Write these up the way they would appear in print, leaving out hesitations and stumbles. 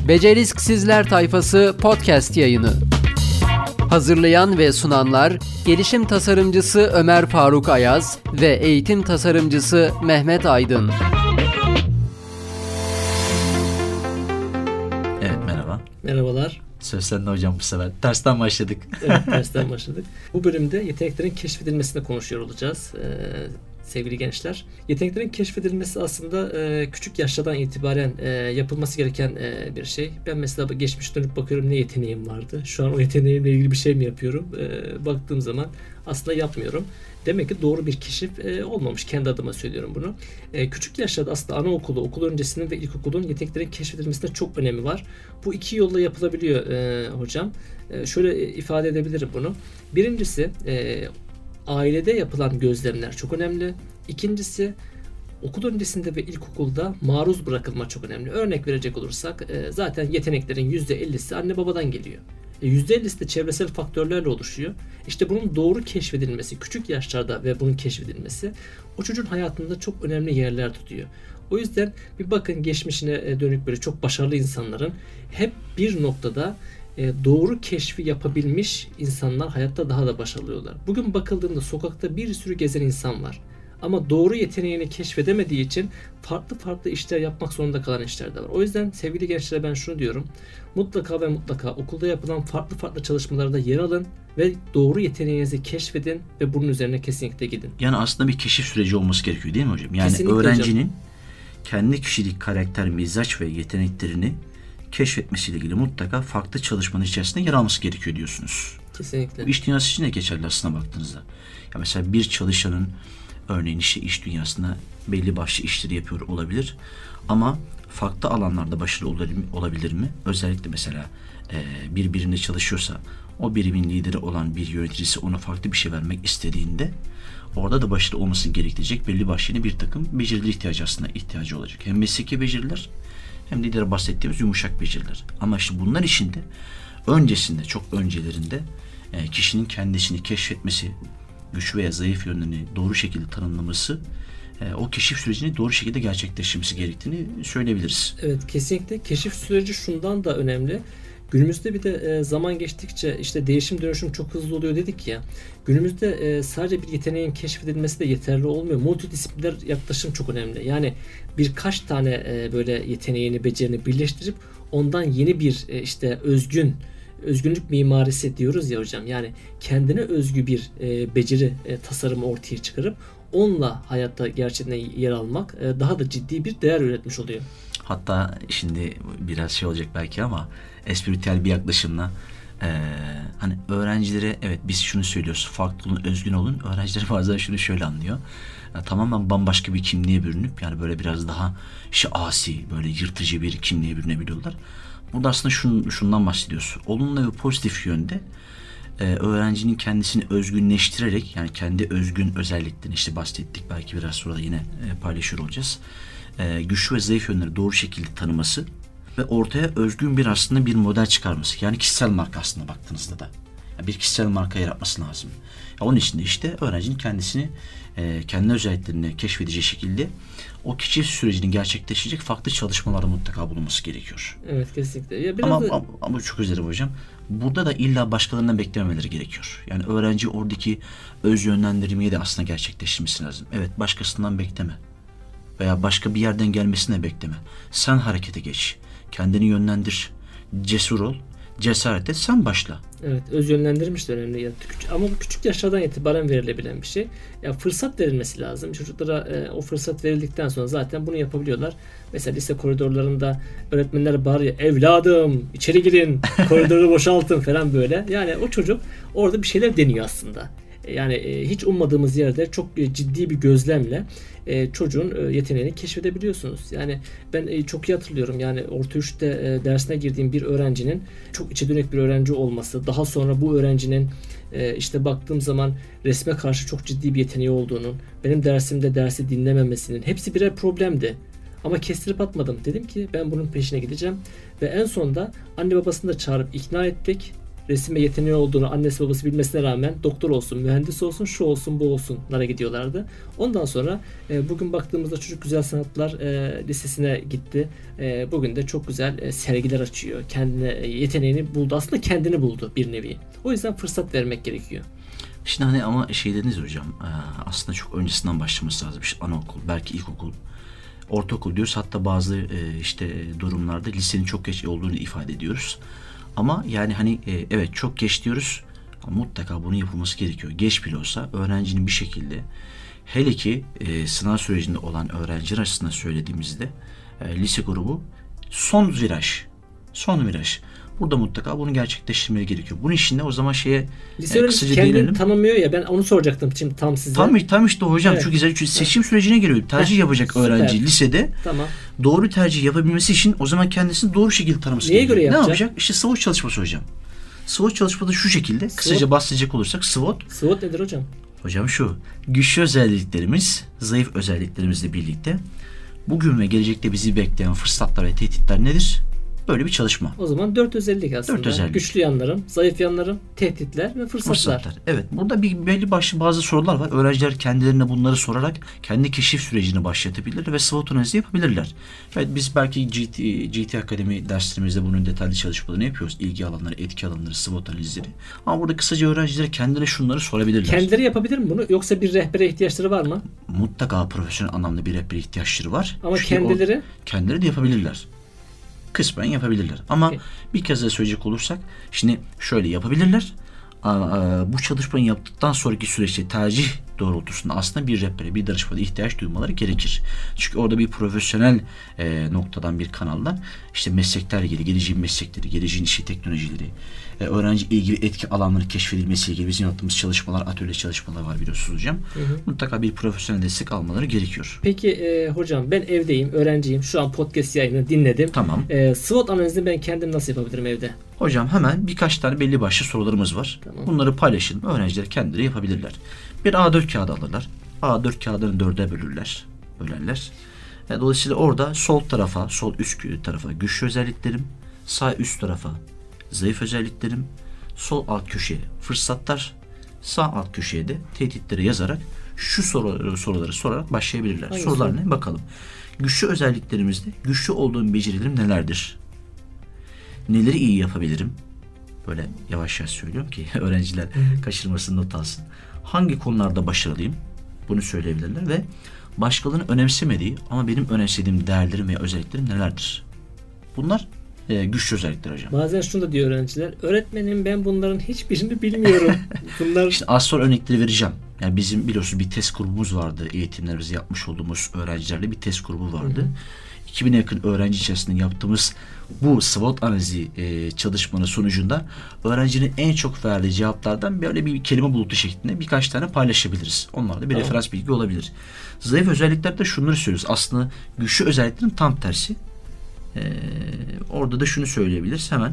Beceriksizler Tayfası podcast yayını. Hazırlayan ve sunanlar gelişim tasarımcısı Ömer Faruk Ayaz ve eğitim tasarımcısı Mehmet Aydın. Evet, merhaba. Merhabalar. Söz sende hocam bu sefer. Tersten başladık. Evet, tersten başladık. Bu bölümde yeteneklerin keşfedilmesine konuşuyor olacağız. Sevgili gençler. Yeteneklerin keşfedilmesi aslında küçük yaşlardan itibaren yapılması gereken bir şey. Ben mesela geçmiş dönüp bakıyorum, ne yeteneğim vardı. Şu an o yeteneğimle ilgili bir şey mi yapıyorum? Baktığım zaman aslında yapmıyorum. Demek ki doğru bir keşif olmamış. Kendi adıma söylüyorum bunu. Küçük yaşlarda aslında anaokulu, okul öncesinin ve ilkokulun yeteneklerin keşfedilmesinde çok önemi var. Bu iki yolla yapılabiliyor hocam. Şöyle ifade edebilirim bunu. Birincisi ailede yapılan gözlemler çok önemli. İkincisi okul öncesinde ve ilkokulda maruz bırakılma çok önemli. Örnek verecek olursak zaten yeteneklerin %50'si anne babadan geliyor. %50'si de çevresel faktörlerle oluşuyor. İşte bunun doğru keşfedilmesi, küçük yaşlarda ve bunun keşfedilmesi o çocuğun hayatında çok önemli yerler tutuyor. O yüzden bir bakın geçmişine dönük böyle çok başarılı insanların hep bir noktada doğru keşfi yapabilmiş insanlar hayatta daha da başarılı oluyorlar. Bugün bakıldığında sokakta bir sürü gezen insan var. Ama doğru yeteneğini keşfedemediği için farklı işler yapmak zorunda kalan işler de var. O yüzden sevgili gençlere ben şunu diyorum. Mutlaka ve mutlaka okulda yapılan farklı çalışmalarda yer alın ve doğru yeteneğinizi keşfedin ve bunun üzerine kesinlikle gidin. Yani aslında bir keşif süreci olması gerekiyor değil mi hocam? Yani kesinlikle öğrencinin hocam, kendi kişilik, karakter, mizaç ve yeteneklerini keşfetmesiyle ilgili mutlaka farklı çalışmanın içerisinde yer alması gerekiyor diyorsunuz. kesinlikle. Bu iş dünyası için de geçerli aslına baktığınızda. Ya mesela bir çalışanın örneğin iş dünyasında belli başlı işleri yapıyor olabilir ama farklı alanlarda başarılı olabilir mi? Özellikle mesela bir birimde çalışıyorsa o birimin lideri olan bir yöneticisi ona farklı bir şey vermek istediğinde orada da başarılı olması gerektirecek belli başlı bir takım beceriler ihtiyacı olacak. Hem mesleki beceriler hem de ileri bahsettiğimiz yumuşak beceriler. Ama işte bunlar için de öncesinde, çok öncelerinde kişinin kendisini keşfetmesi, güç veya zayıf yönlerini doğru şekilde tanımlaması, o keşif sürecini doğru şekilde gerçekleştirmesi gerektiğini söyleyebiliriz. Evet, kesinlikle. Keşif süreci şundan da önemli. Günümüzde bir de zaman geçtikçe işte değişim dönüşüm çok hızlı oluyor dedik ya. Günümüzde sadece bir yeteneğin keşfedilmesi de yeterli olmuyor. Multidisipliner yaklaşım çok önemli. Yani birkaç tane böyle yeteneğini, becerini birleştirip ondan yeni bir işte özgünlük mimarisi diyoruz ya hocam. Yani kendine özgü bir beceri tasarımı ortaya çıkarıp onunla hayatta gerçekten yer almak daha da ciddi bir değer üretmiş oluyor. Hatta şimdi biraz şey olacak belki ama espritüel bir yaklaşımla hani öğrencilere evet biz şunu söylüyoruz, farklı olun, özgün olun. Öğrenciler bazen şunu şöyle anlıyor. Tamamen bambaşka bir kimliğe bürünüp yani böyle biraz daha asi, böyle yırtıcı bir kimliğe bürünebiliyorlar. Burada aslında şundan bahsediyoruz. Olumlu ve pozitif yönde öğrencinin kendisini özgünleştirerek yani kendi özgün özelliklerini işte bahsettik. Belki biraz sonra da yine paylaşıyor olacağız. Güçlü ve zayıf yönleri doğru şekilde tanıması ve ortaya özgün bir aslında bir model çıkarması. Yani kişisel marka aslında baktığınızda da. Yani bir kişisel marka yaratması lazım. Onun için de işte öğrencinin kendisini kendi özelliklerini keşfedeceği şekilde o keşif sürecinin gerçekleşecek farklı çalışmalarda mutlaka bulunması gerekiyor. Evet, kesinlikle. Ya ama çok özür dilerim hocam. Burada da illa başkalarından beklememeleri gerekiyor. Yani öğrenci oradaki öz yönlendirmeyi de aslında gerçekleştirmesi lazım. Evet, başkasından bekleme. Veya başka bir yerden gelmesini de bekleme. Sen harekete geç. Kendini yönlendir. Cesur ol. Cesaret et. Sen başla. Evet, öz yönlendirmiş de önemli. Ama bu küçük yaşlardan itibaren verilebilen bir şey. Ya fırsat verilmesi lazım. Çocuklara o fırsat verildikten sonra zaten bunu yapabiliyorlar. Mesela lise koridorlarında öğretmenler bağırıyor. Evladım içeri girin. Koridoru boşaltın falan böyle. Yani o çocuk orada bir şeyler deniyor aslında. Yani hiç ummadığımız yerde çok ciddi bir gözlemle çocuğun yeteneğini keşfedebiliyorsunuz. Yani ben çok iyi hatırlıyorum. Yani orta 3'te dersine girdiğim bir öğrencinin çok içe dönük bir öğrenci olması. Daha sonra bu öğrencinin işte baktığım zaman resme karşı çok ciddi bir yeteneği olduğunun, benim dersimde dersi dinlememesinin hepsi birer problemdi. Ama kestirip atmadım. Dedim ki ben bunun peşine gideceğim. Ve en sonunda anne babasını da çağırıp ikna ettik. resime yeteneği olduğunu annesi babası bilmesine rağmen doktor olsun, mühendis olsun, şu olsun, bu olsunlara gidiyorlardı. Ondan sonra bugün baktığımızda çocuk güzel sanatlar lisesine gitti. Bugün de çok güzel sergiler açıyor. Kendine yeteneğini buldu. Aslında kendini buldu bir nevi. O yüzden fırsat vermek gerekiyor. Şimdi hani ama şey dediniz hocam, aslında çok öncesinden başlaması lazım. İşte anaokul, belki ilkokul, ortaokul diyoruz. Hatta bazı işte durumlarda lisenin çok geç olduğunu ifade ediyoruz. Ama yani hani evet çok geç diyoruz ama mutlaka bunun yapılması gerekiyor. Geç bile olsa öğrencinin bir şekilde, hele ki sınav sürecinde olan öğrenciler açısından söylediğimizde lise grubu son viraj. Burada mutlaka bunu gerçekleştirmeye gerekiyor. Bunun için de o zaman lise öğrencisi kendini tanımıyor ya, ben onu soracaktım şimdi tam size. Tam işte hocam, evet. Çok güzel. Çünkü seçim sürecine giriyor. Tercih yapacak süper. Öğrenci lisede. Tamam. Doğru tercih yapabilmesi için o zaman kendisini doğru şekilde tanıması gerekiyor. Neye göre yapacak? Ne yapacak? İşte SWOT çalışması hocam. SWOT çalışması şu şekilde. Kısaca bahsedecek olursak SWOT. SWOT nedir hocam? Hocam şu. Güçlü özelliklerimiz, zayıf özelliklerimizle birlikte bugün ve gelecekte bizi bekleyen fırsatlar ve tehditler nedir? Böyle bir çalışma. O zaman 4 özellik aslında. 4 özellik. Güçlü yanlarım, zayıf yanlarım, tehditler ve fırsatlar. Evet. Burada belli başlı bazı sorular var. Öğrenciler kendilerine bunları sorarak kendi keşif sürecini başlatabilirler ve SWOT analizi yapabilirler. Evet, biz belki GT Akademi derslerimizde bunun detaylı çalışmalarını yapıyoruz. İlgi alanları, etki alanları, SWOT analizleri. Ama burada kısaca öğrencilere kendilerine şunları sorabilirler. Kendileri yapabilir mi bunu? Yoksa bir rehbere ihtiyaçları var mı? Mutlaka profesyonel anlamda bir rehbere ihtiyaçları var. Ama kendileri? Kendileri de yapabilirler. Kısmen yapabilirler. Ama bir kez de söyleyecek olursak, şimdi şöyle yapabilirler. Bu çalışmayı yaptıktan sonraki süreçte tercih doğrultusunda aslında bir rehbere, bir danışmana ihtiyaç duymaları gerekir. Çünkü orada bir profesyonel noktadan, bir kanaldan işte mesleklerle ilgili, geleceğin meslekleri, geleceğin işi teknolojileri, öğrenci ilgi ve etki alanları keşfedilmesiyle ilgili bizim yaptığımız çalışmalar, atölye çalışmalar var biliyorsunuz hocam. Mutlaka bir profesyonel destek almaları gerekiyor. Peki hocam, ben evdeyim, öğrenciyim. Şu an podcast yayını dinledim. Tamam. SWOT analizini ben kendim nasıl yapabilirim evde? Hocam hemen birkaç tane belli başlı sorularımız var. Tamam. Bunları paylaşalım. Öğrenciler kendileri yapabilirler. Bir A4 kağıdı alırlar. A4 kağıdını 4'e bölerler. Dolayısıyla orada sol üst tarafa güçlü özelliklerim, sağ üst tarafa zayıf özelliklerim, sol alt köşeye fırsatlar, sağ alt köşeye de tehditleri yazarak şu soruları sorarak başlayabilirler. Hangisi? Sorular ne? Bakalım. Güçlü özelliklerimizde güçlü olduğum becerilerim nelerdir? Neleri iyi yapabilirim? Böyle yavaş yavaş söylüyorum ki öğrenciler kaçırmasın, not alsın. Hangi konularda başarılıyım? Bunu söyleyebilirler ve başkalarının önemsemediği ama benim önemsediğim değerlerim veya özelliklerim nelerdir? Bunlar güçlü özellikler hocam. Bazen şunu da diyor öğrenciler. Öğretmenim, ben bunların hiçbirini bilmiyorum. Bunlar... İşte az sonra örnekleri vereceğim. Yani bizim biliyorsunuz bir test grubumuz vardı. Eğitimlerimizi yapmış olduğumuz öğrencilerle bir test grubu vardı. 2000'e yakın öğrenci içerisinde yaptığımız bu SWOT analizi çalışmanın sonucunda öğrencinin en çok verdiği cevaplardan böyle bir kelime bulutu şeklinde birkaç tane paylaşabiliriz. Onlar da bir referans bilgi olabilir. Zayıf özelliklerde şunları söylüyoruz. Aslında güçlü özelliklerin tam tersi. Orada da şunu söyleyebiliriz hemen.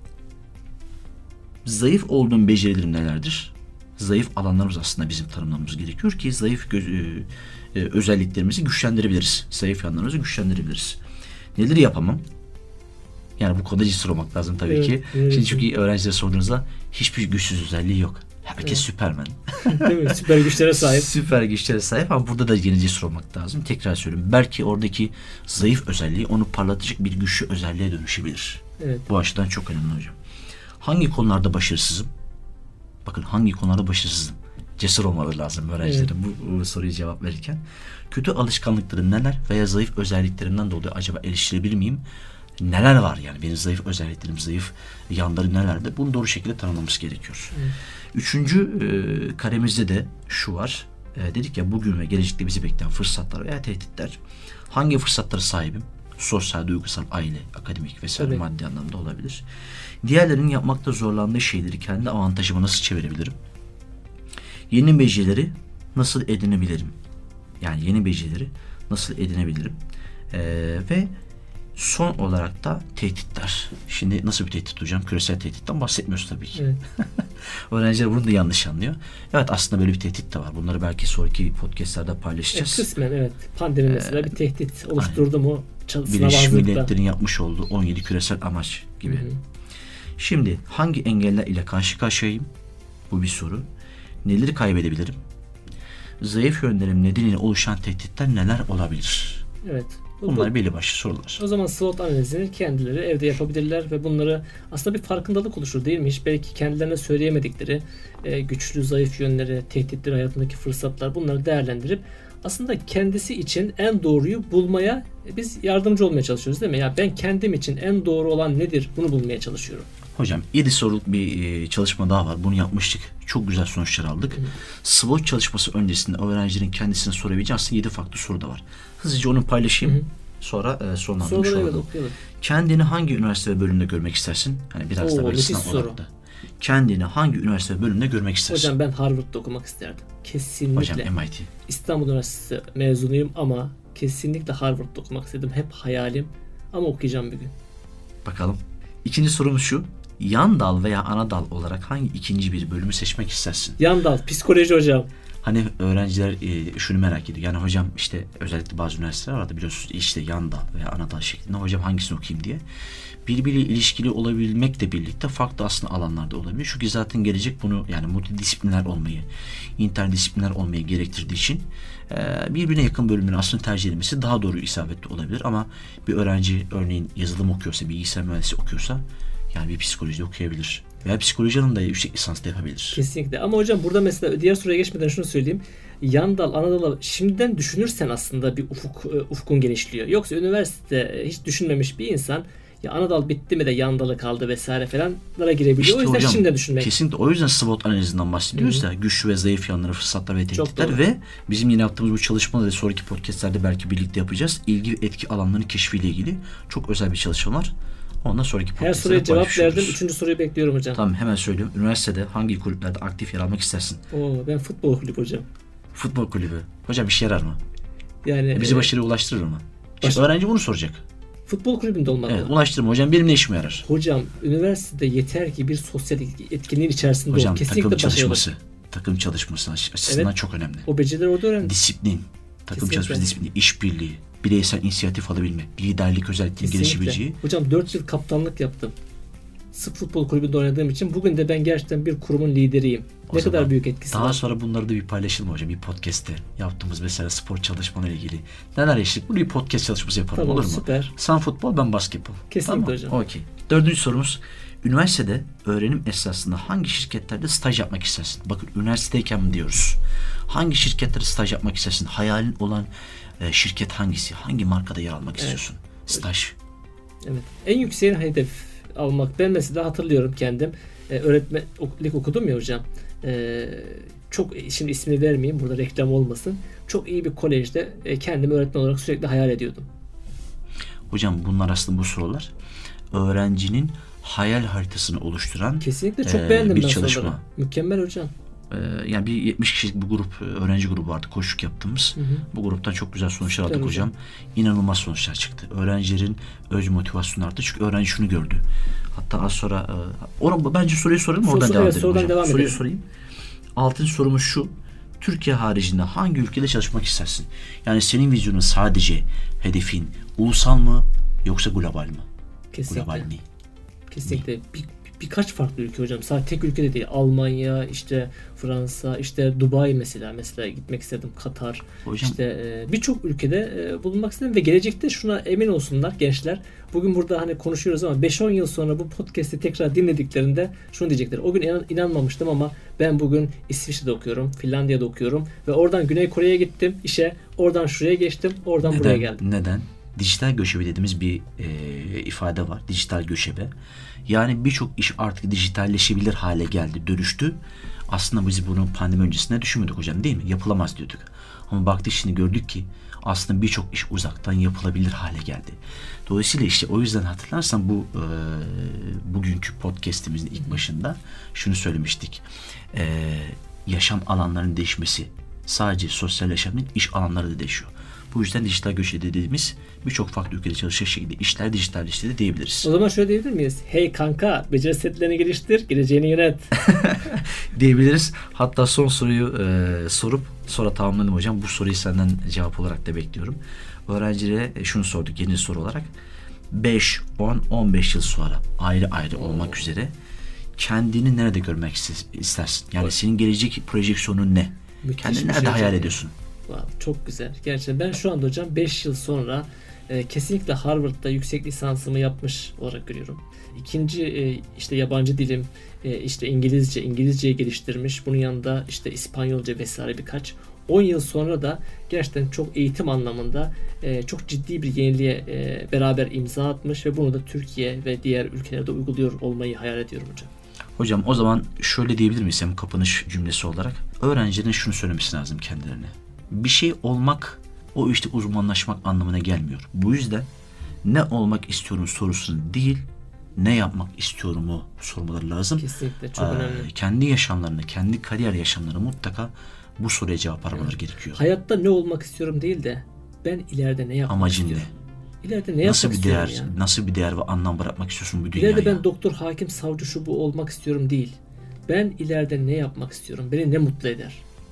Zayıf olduğum becerilerim nelerdir? Zayıf alanlarımız aslında bizim tanımlamamız gerekiyor ki zayıf özelliklerimizi güçlendirebiliriz. Zayıf yanlarımızı güçlendirebiliriz. Neleri yapamam? Yani bu konuda cesur olmak lazım tabii ki. Evet. Şimdi çünkü öğrencilere sorduğunuzda hiçbir güçsüz özelliği yok. Herkes Süperman. Değil mi? Süper güçlere sahip. Süper güçlere sahip ama burada da yine cesur olmak lazım. Tekrar söylüyorum. Belki oradaki zayıf özelliği onu parlatacak bir güçlü özelliğe dönüşebilir. Evet. Bu açıdan çok önemli hocam. Hangi konularda başarısızım? Bakın hangi konularda başarısızım? Cesur olmaları lazım öğrencilerin bu soruyu cevap verirken. Kötü alışkanlıklarım neler veya zayıf özelliklerimden dolayı acaba eleştirebilir miyim? Neler var yani benim zayıf özelliklerim, zayıf yanları nelerde? Bunu doğru şekilde tanımlamamız gerekiyor. Üçüncü karemizde de şu var. Dedik ya bugün ve gelecekte bizi bekleyen fırsatlar veya tehditler. Hangi fırsatlara sahibim? Sosyal, duygusal, aile, akademik vesaire maddi anlamda olabilir. Diğerlerinin yapmakta zorlandığı şeyleri kendi avantajıma nasıl çevirebilirim? Yeni becerileri nasıl edinebilirim? Yani yeni becerileri nasıl edinebilirim? Ve son olarak da tehditler. Şimdi nasıl bir tehdit hocam? Küresel tehditten bahsetmiyoruz tabii ki. Evet. Öğrenciler bunu da yanlış anlıyor. Evet, aslında böyle bir tehdit de var. Bunları belki sonraki podcastlerde paylaşacağız. Kısmen evet. Pandemi mesela bir tehdit oluşturdu mu? Birleşmiş Milletler'in yapmış olduğu 17 küresel amaç gibi. Şimdi hangi engeller ile karşı karşıyayım? Bu bir soru. Neleri kaybedebilirim? Zayıf yönlerim nedeniyle oluşan tehditler neler olabilir? Evet. Bunlar belli başlı sorular. O zaman SWOT analizini kendileri evde yapabilirler ve bunları aslında bir farkındalık oluşur değil mi? Hiç belki kendilerine söyleyemedikleri güçlü, zayıf yönleri, tehditleri, hayatındaki fırsatlar, bunları değerlendirip aslında kendisi için en doğruyu bulmaya biz yardımcı olmaya çalışıyoruz değil mi? Ya ben kendim için en doğru olan nedir? Bunu bulmaya çalışıyorum. Hocam 7 soruluk bir çalışma daha var. Bunu yapmıştık. Çok güzel sonuçlar aldık. SWOT çalışması öncesinde öğrencilerin kendisine sorabileceği aslında 7 farklı soru da var. Hızlıca onu paylaşayım. Sonra sonlandırmış olalım. Kendini hangi üniversite ve bölümde görmek istersin? Hani biraz da böyle sınav olarak da. Kendini hangi üniversite ve bölümde görmek istersin? Hocam ben Harvard'da okumak isterdim. Kesinlikle. Hocam MIT. İstanbul Üniversitesi mezunuyum ama kesinlikle Harvard'da okumak istedim. Hep hayalim ama okuyacağım bir gün. Bakalım. İkinci sorumuz şu. Yan dal veya ana dal olarak hangi ikinci bir bölümü seçmek istersin? Yan dal, psikoloji hocam. Hani öğrenciler şunu merak ediyor. Yani hocam işte özellikle bazı üniversiteler vardı biliyorsunuz işte yan dal veya ana dal şeklinde. Hocam hangisini okuyayım diye. Birbiriyle ilişkili olabilmekle birlikte farklı aslında alanlarda olabilir. Çünkü zaten gelecek bunu yani multidisipliner olmayı, interdisipliner olmayı gerektirdiği için birbirine yakın bölümünü aslında tercih edilmesi daha doğru isabetli olabilir. Ama bir öğrenci örneğin yazılım okuyorsa, bilgisayar mühendisliği okuyorsa yani bir psikoloji okuyabilir. Veya psikoloji alanında yüksek lisans da yapabilir. Kesinlikle. Ama hocam burada mesela diğer soruya geçmeden şunu söyleyeyim. Yan dal, ana dal şimdiden düşünürsen aslında bir ufkun genişliyor. Yoksa üniversite hiç düşünmemiş bir insan ya ana dal bitti mi de yan dalı kaldı vesaire falanlara girebiliyor. İşte o yüzden hocam, şimdiden düşünmek. Kesinlikle o yüzden SWOT analizinden bahsediyoruz da güçlü ve zayıf yanları, fırsatlar ve tehditler ve bizim yine yaptığımız bu çalışmaları sonraki podcastlerde belki birlikte yapacağız. İlgi ve etki alanlarının keşfiyle ilgili çok özel bir çalışma var. Ondan sonraki her soruya cevap verdim. Üçüncü soruyu bekliyorum hocam. Tamam hemen söylüyorum. Üniversitede hangi kulüplerde aktif yer almak istersin? Ben futbol kulübü hocam. Futbol kulübü. Hocam işe yarar mı? Yani bizi başarıya ulaştırır mı? İşte öğrenci bunu soracak. Futbol kulübünde olmalı. Evet, ulaştırma hocam benim ne işime yarar? Hocam üniversitede yeter ki bir sosyal etkinliğin içerisinde hocam, ol. Kesinlikle takım çalışması açısından çok önemli. O becerileri orada öğren. Disiplin, takım çalışması disiplini, işbirliği, bireysel inisiyatif alabilme, liderlik özelliklerinin gelişebileceği. Hocam 4 yıl kaptanlık yaptım. Sık futbol kulübünde oynadığım için bugün de ben gerçekten bir kurumun lideriyim. Ne kadar büyük etkisi var. Daha sonra bunları da bir paylaşalım hocam. Bir podcast'te yaptığımız mesela spor çalışmalarıyla ilgili. Neler yaşadık? Bunu bir podcast çalışması yapalım tamam, olur mu? Süper. Sen futbol, ben basketbol. Kesinlikle tamam, hocam. Okey. Dördüncü sorumuz. Üniversitede öğrenim esnasında hangi şirketlerde staj yapmak istersin? Bakın üniversitedeyken mi diyoruz? Hangi şirketlerde staj yapmak istersin? Hayalin olan şirket hangisi? Hangi markada yer almak istiyorsun? Staj. Evet. En yüksek hedef almak. Ben mesela hatırlıyorum kendim. Öğretmenlik okudum ya hocam. Çok şimdi ismini vermeyeyim. Burada reklam olmasın. Çok iyi bir kolejde kendimi öğretmen olarak sürekli hayal ediyordum. Hocam bunlar aslında bu sorular öğrencinin hayal haritasını oluşturan kesinlikle çok beğendim bir ben çalışma. Soruları. Mükemmel hocam. Yani bir 70 kişilik bir grup, öğrenci grubu vardı koşuk yaptığımız. Bu gruptan çok güzel sonuçlar aldık hocam. İnanılmaz sonuçlar çıktı. Öğrencilerin öz motivasyonu arttı. Çünkü öğrenci şunu gördü. Hatta az sonra bence soruyu soralım oradan devam edelim hocam. Soruyu sorayım. Altıncı sorumuz şu. Türkiye haricinde hangi ülkede çalışmak istersin? Yani senin vizyonun sadece hedefin ulusal mı yoksa global mı? Kesinlikle. Global mi? Kesinlikle. Birkaç farklı ülke hocam. Sadece tek ülke de değil. Almanya, işte Fransa, işte Dubai mesela gitmek istedim. Katar. Hocam, işte birçok ülkede bulunmak istedim ve gelecekte şuna emin olsunlar gençler. Bugün burada hani konuşuyoruz ama 5-10 yıl sonra bu podcast'i tekrar dinlediklerinde şunu diyecekler. O gün inanmamıştım ama ben bugün İsviçre'de okuyorum, Finlandiya'da okuyorum ve oradan Güney Kore'ye gittim işe. Oradan şuraya geçtim, oradan buraya geldim. Neden? Dijital göçebe dediğimiz bir ifade var. Dijital göçebe. Yani birçok iş artık dijitalleşebilir hale geldi, dönüştü. Aslında biz bunu pandemi öncesinde düşünmüyorduk hocam değil mi? Yapılamaz diyorduk. Ama baktık şimdi gördük ki aslında birçok iş uzaktan yapılabilir hale geldi. Dolayısıyla işte o yüzden hatırlarsan bu bugünkü podcast'imizin ilk başında şunu söylemiştik. Yaşam alanlarının değişmesi sadece sosyal yaşam değil, iş alanları da değişiyor. Bu yüzden dijital göçebe dediğimiz birçok farklı ülkede çalışacak şekilde işler dijitalleşti de diyebiliriz. O zaman şöyle diyebilir miyiz? Hey kanka, beceri setlerini geliştir, geleceğini yönet. Diyebiliriz. Hatta son soruyu sorup sonra tamamladım hocam. Bu soruyu senden cevap olarak da bekliyorum. Öğrencilere şunu sorduk yeni soru olarak. 5, 10, 15 yıl sonra ayrı ayrı olmak üzere kendini nerede görmek istersin? Yani senin gelecek projeksiyonun ne? Müthiş Kendini bir nerede şey hayal hocam. ediyorsun? Wow, çok güzel. Gerçekten ben şu anda hocam 5 yıl sonra kesinlikle Harvard'da yüksek lisansımı yapmış olarak görüyorum. İkinci işte yabancı dilim işte İngilizceyi geliştirmiş. Bunun yanında işte İspanyolca vesaire birkaç. 10 yıl sonra da gerçekten çok eğitim anlamında çok ciddi bir yeniliğe beraber imza atmış ve bunu da Türkiye ve diğer ülkelerde uyguluyor olmayı hayal ediyorum hocam. Hocam o zaman şöyle diyebilir miyiz hem kapanış cümlesi olarak? Öğrencilerin şunu söylemesi lazım kendilerine. Bir şey olmak, o işte uzmanlaşmak anlamına gelmiyor. Bu yüzden ne olmak istiyorum sorusunu değil, ne yapmak istiyorumu sormaları lazım. Kesinlikle çok önemli. Kendi yaşamlarını, kendi kariyer yaşamlarını mutlaka bu soruya cevap aramaları gerekiyor. Hayatta ne olmak istiyorum değil de ben ileride ne yapmak Amacın istiyorum? ne? İleride ne Nasıl yapmak bir değer, istiyorum ya? nasıl bir değer ve anlam bırakmak istiyorsun bu dünyaya? İleride ben doktor, hakim, savcı şu bu olmak istiyorum değil. Ben ileride ne yapmak istiyorum? Beni ne mutlu eder?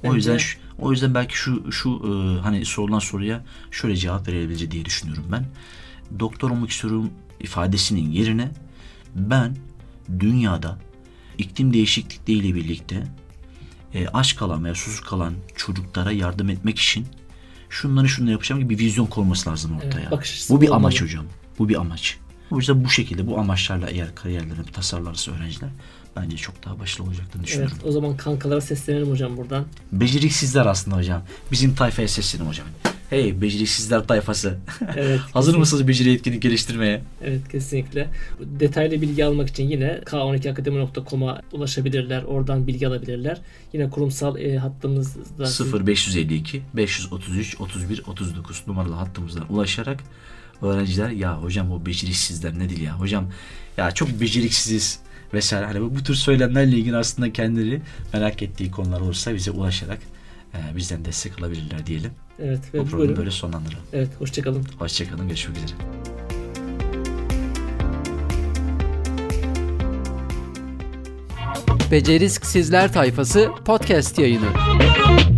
O yüzden belki şu hani sorulan soruya şöyle cevap verilebilir diye düşünüyorum ben. Doktor olmak istiyorum ifadesinin yerine ben dünyada iklim değişiklikleriyle birlikte aç kalan veya susuz kalan çocuklara yardım etmek için şunları yapacağım gibi bir vizyon konması lazım ortaya. Evet, bakış açısı Bu bir olmalı. amaç hocam. Bu bir amaç. O yüzden bu şekilde bu amaçlarla eğer kariyerlerini tasarlarsa öğrenciler bence çok daha başarılı olacaklarını düşünüyorum. Evet, o zaman kankalara seslenelim hocam buradan. Beceriksizler aslında hocam. Bizim tayfaya seslenelim hocam. Hey beceriksizler tayfası. Evet. Hazır mısınız beceri etkinlik geliştirmeye? Evet, kesinlikle. Detaylı bilgi almak için yine k12akademi.com'a ulaşabilirler. Oradan bilgi alabilirler. Yine kurumsal hattımızda 0552 533 31 39 numaralı hattımızdan ulaşarak öğrenciler ya hocam o beceriksizler nedir ya hocam ya çok beceriksiziz vesaire hani bu tür söylemlerle ilgili aslında kendileri merak ettiği konular olursa bize ulaşarak bizden destek alabilirler diyelim. Evet, Bu ve programı böyle sonlandıralım. Evet, hoşçakalın. Hoşçakalın, görüşmek üzere. Beceriksizler Tayfası podcast yayını.